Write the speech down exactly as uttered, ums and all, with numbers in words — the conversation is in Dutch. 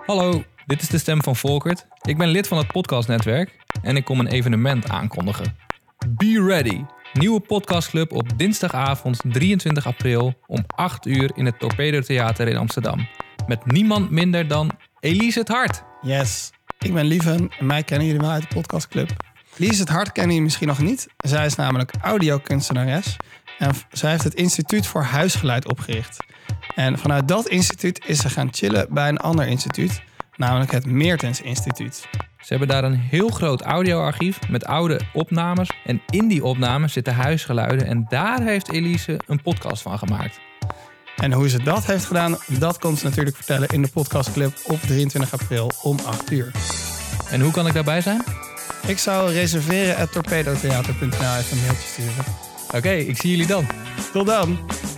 Hallo, dit is de stem van Volkert. Ik ben lid van het podcastnetwerk en ik kom een evenement aankondigen. Be Ready, nieuwe podcastclub op dinsdagavond drieëntwintig april om acht uur in het Torpedo Theater in Amsterdam. Met niemand minder dan Elise het Hart. Yes, ik ben Lieven en mij kennen jullie wel uit de podcastclub. Elise het Hart kennen jullie misschien nog niet. Zij is namelijk audiokunstenares en zij heeft het Instituut voor Huisgeluid opgericht. En vanuit dat instituut is ze gaan chillen bij een ander instituut, namelijk het Meertens Instituut. Ze hebben daar een heel groot audioarchief met oude opnames. En in die opnames zitten huisgeluiden en daar heeft Elise een podcast van gemaakt. En hoe ze dat heeft gedaan, dat komt ze natuurlijk vertellen in de podcastclub op drieëntwintig april om acht uur. En hoe kan ik daarbij zijn? Ik zou reserveren at torpedotheater punt n l even een mailtje sturen. Oké, okay, ik zie jullie dan. Tot dan!